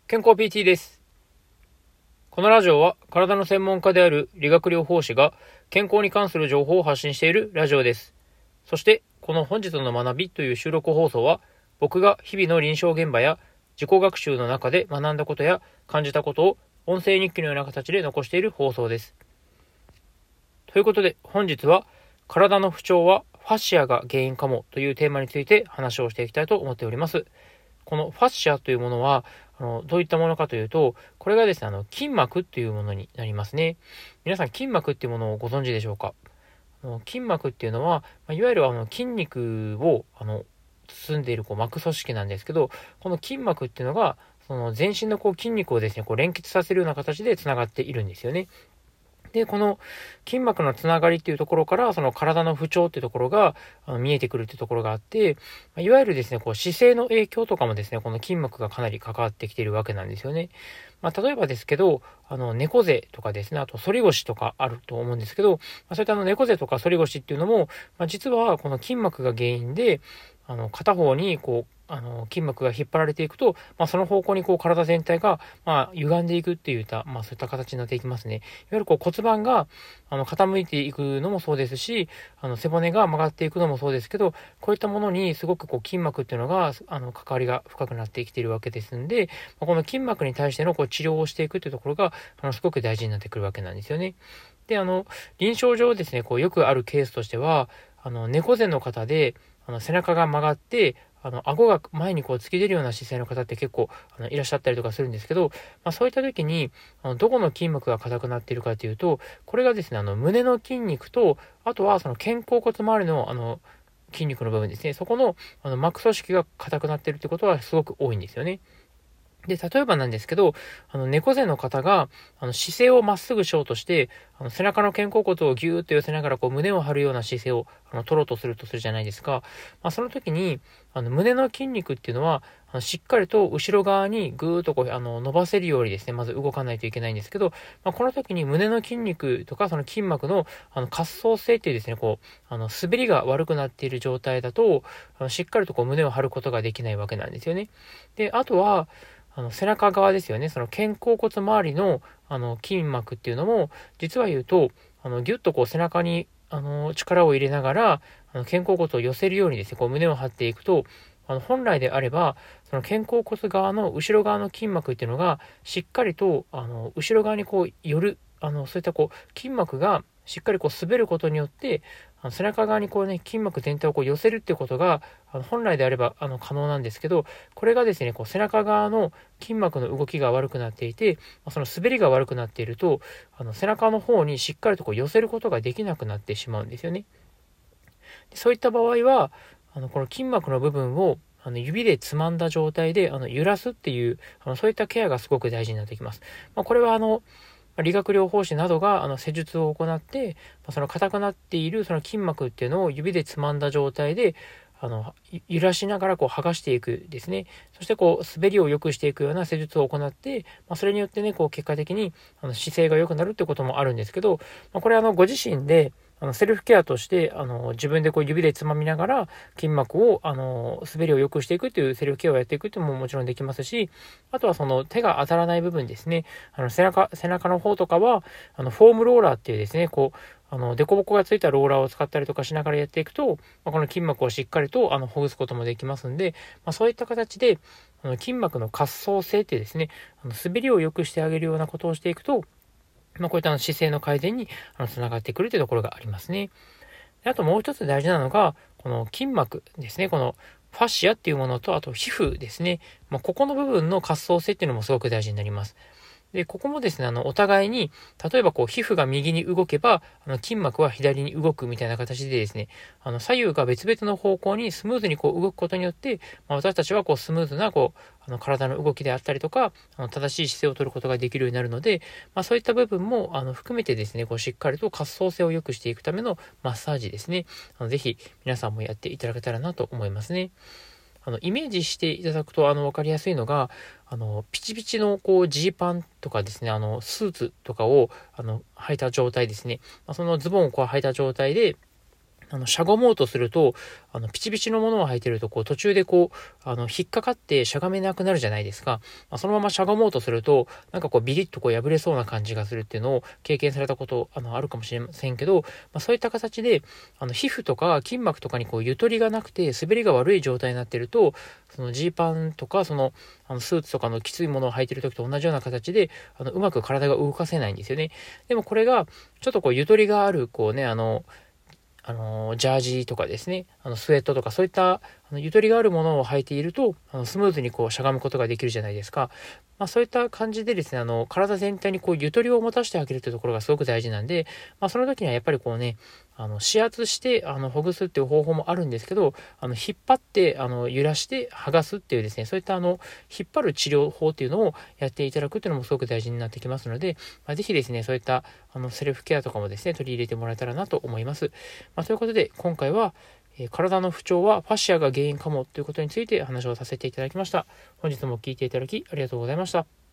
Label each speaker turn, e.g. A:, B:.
A: 健康 PT です。このラジオは体の専門家である理学療法士が健康に関する情報を発信しているラジオです。そしてこの本日の学びという収録放送は僕が日々の臨床現場や自己学習の中で学んだことや感じたことを音声日記のような形で残している放送です。ということで本日は体の不調はファッシアが原因かもというテーマについて話をしていきたいと思っております。このファッシアというものはどういったものかというと、これがですね、筋膜っていうものになりますね。皆さん筋膜っていうものをご存知でしょうか？筋膜っていうのは、いわゆる筋肉を包んでいる膜組織なんですけど、この筋膜っていうのがその全身の筋肉をですね、連結させるような形でつながっているんですよね。で、この筋膜のつながりっていうところから、その体の不調っていうところが見えてくるっていうところがあって、いわゆるですね、姿勢の影響とかもですね、この筋膜がかなり関わってきているわけなんですよね。例えばですけど、猫背とかですね、あと反り腰とかあると思うんですけど、そういった猫背とか反り腰っていうのも、実はこの筋膜が原因で、片方に筋膜が引っ張られていくと、その方向に体全体が、歪んでいくっていった、そういった形になっていきますね。いわゆる骨盤が、傾いていくのもそうですし、背骨が曲がっていくのもそうですけど、こういったものにすごく筋膜っていうのが、関わりが深くなってきているわけですんで、この筋膜に対しての治療をしていくっていうところが、すごく大事になってくるわけなんですよね。で、臨床上ですね、よくあるケースとしては、猫背の方で、背中が曲がって、顎が前に突き出るような姿勢の方って結構いらっしゃったりとかするんですけど、そういった時にどこの筋膜が硬くなっているかというと、これがですね胸の筋肉と、あとはその肩甲骨周りの筋肉の部分ですね、そこの膜組織が硬くなっているということはすごく多いんですよね。で、例えばなんですけど、猫背の方が、姿勢をまっすぐしようとして、背中の肩甲骨をギューッと寄せながら、胸を張るような姿勢を、取ろうとするじゃないですか。その時に、胸の筋肉っていうのは、しっかりと後ろ側にぐーっと伸ばせるようにですね、まず動かないといけないんですけど、この時に胸の筋肉とか、その筋膜の、滑走性っていうですね、滑りが悪くなっている状態だと、しっかりと胸を張ることができないわけなんですよね。で、あとは、背中側ですよね。その肩甲骨周りの、筋膜っていうのも、実は言うと、ギュッと背中に、力を入れながら、肩甲骨を寄せるようにですね、胸を張っていくと、本来であれば、その肩甲骨側の後ろ側の筋膜っていうのが、しっかりと、後ろ側に寄る、そういった筋膜がしっかり滑ることによって、背中側に筋膜全体を寄せるっていうことが、本来であれば可能なんですけど、これがですね、背中側の筋膜の動きが悪くなっていて、その滑りが悪くなっていると、背中の方にしっかりと寄せることができなくなってしまうんですよね。でそういった場合は、この筋膜の部分を指でつまんだ状態で揺らすっていうそういったケアがすごく大事になってきます。これは理学療法士などが施術を行って、その硬くなっているその筋膜っていうのを指でつまんだ状態で揺らしながら剥がしていくですね。そして滑りを良くしていくような施術を行って、それによってね結果的に姿勢が良くなるってこともあるんですけど、これご自身でセルフケアとして自分で指でつまみながら筋膜を滑りを良くしていくっていうセルフケアをやっていくっていうのももちろんできますし、あとはその手が当たらない部分ですね、背中の方とかはフォームローラーっていうですね、デコボコがついたローラーを使ったりとかしながらやっていくと、この筋膜をしっかりとほぐすこともできますんで、そういった形で筋膜の滑走性っていうですね、滑りを良くしてあげるようなことをしていくと、こういった姿勢の改善につながってくるというところがありますね。であともう一つ大事なのが、この筋膜ですね。このファッシアっていうものと、あと皮膚ですね。ここの部分の滑走性っていうのもすごく大事になります。で、ここもですね、お互いに、例えば皮膚が右に動けば、筋膜は左に動くみたいな形でですね、左右が別々の方向にスムーズに動くことによって、私たちはスムーズな体の動きであったりとか、正しい姿勢を取ることができるようになるので、そういった部分も含めてですね、しっかりと滑走性を良くしていくためのマッサージですね。ぜひ皆さんもやっていただけたらなと思いますね。イメージしていただくとわかりやすいのが、ピチピチのジーパンとかですね、スーツとかを履いた状態ですね。そのズボンを履いた状態で、 しゃがもうとすると、ピチピチのものを履いてると、途中で引っかかってしゃがめなくなるじゃないですか。そのまましゃがもうとすると、ビリッと破れそうな感じがするっていうのを経験されたこと、あるかもしれませんけど、そういった形で、皮膚とか筋膜とかにゆとりがなくて、滑りが悪い状態になってると、そのジーパンとか、スーツとかのきついものを履いてる時と同じような形で、うまく体が動かせないんですよね。でもこれが、ちょっとゆとりがある、ジャージとかですね、スウェットとかそういったゆとりがあるものを履いていると、スムーズにしゃがむことができるじゃないですか。そういった感じでですね、体全体にゆとりを持たせてあげるというところがすごく大事なんで、その時にはやっぱり指圧して、ほぐすっていう方法もあるんですけど、引っ張って、揺らして剥がすっていうですね、そういった引っ張る治療法っていうのをやっていただくっていうのもすごく大事になってきますので、ぜひですね、そういったセルフケアとかもですね、取り入れてもらえたらなと思います。ということで、今回は、体の不調はファシアが原因かもということについて話をさせていただきました。本日も聞いていただきありがとうございました。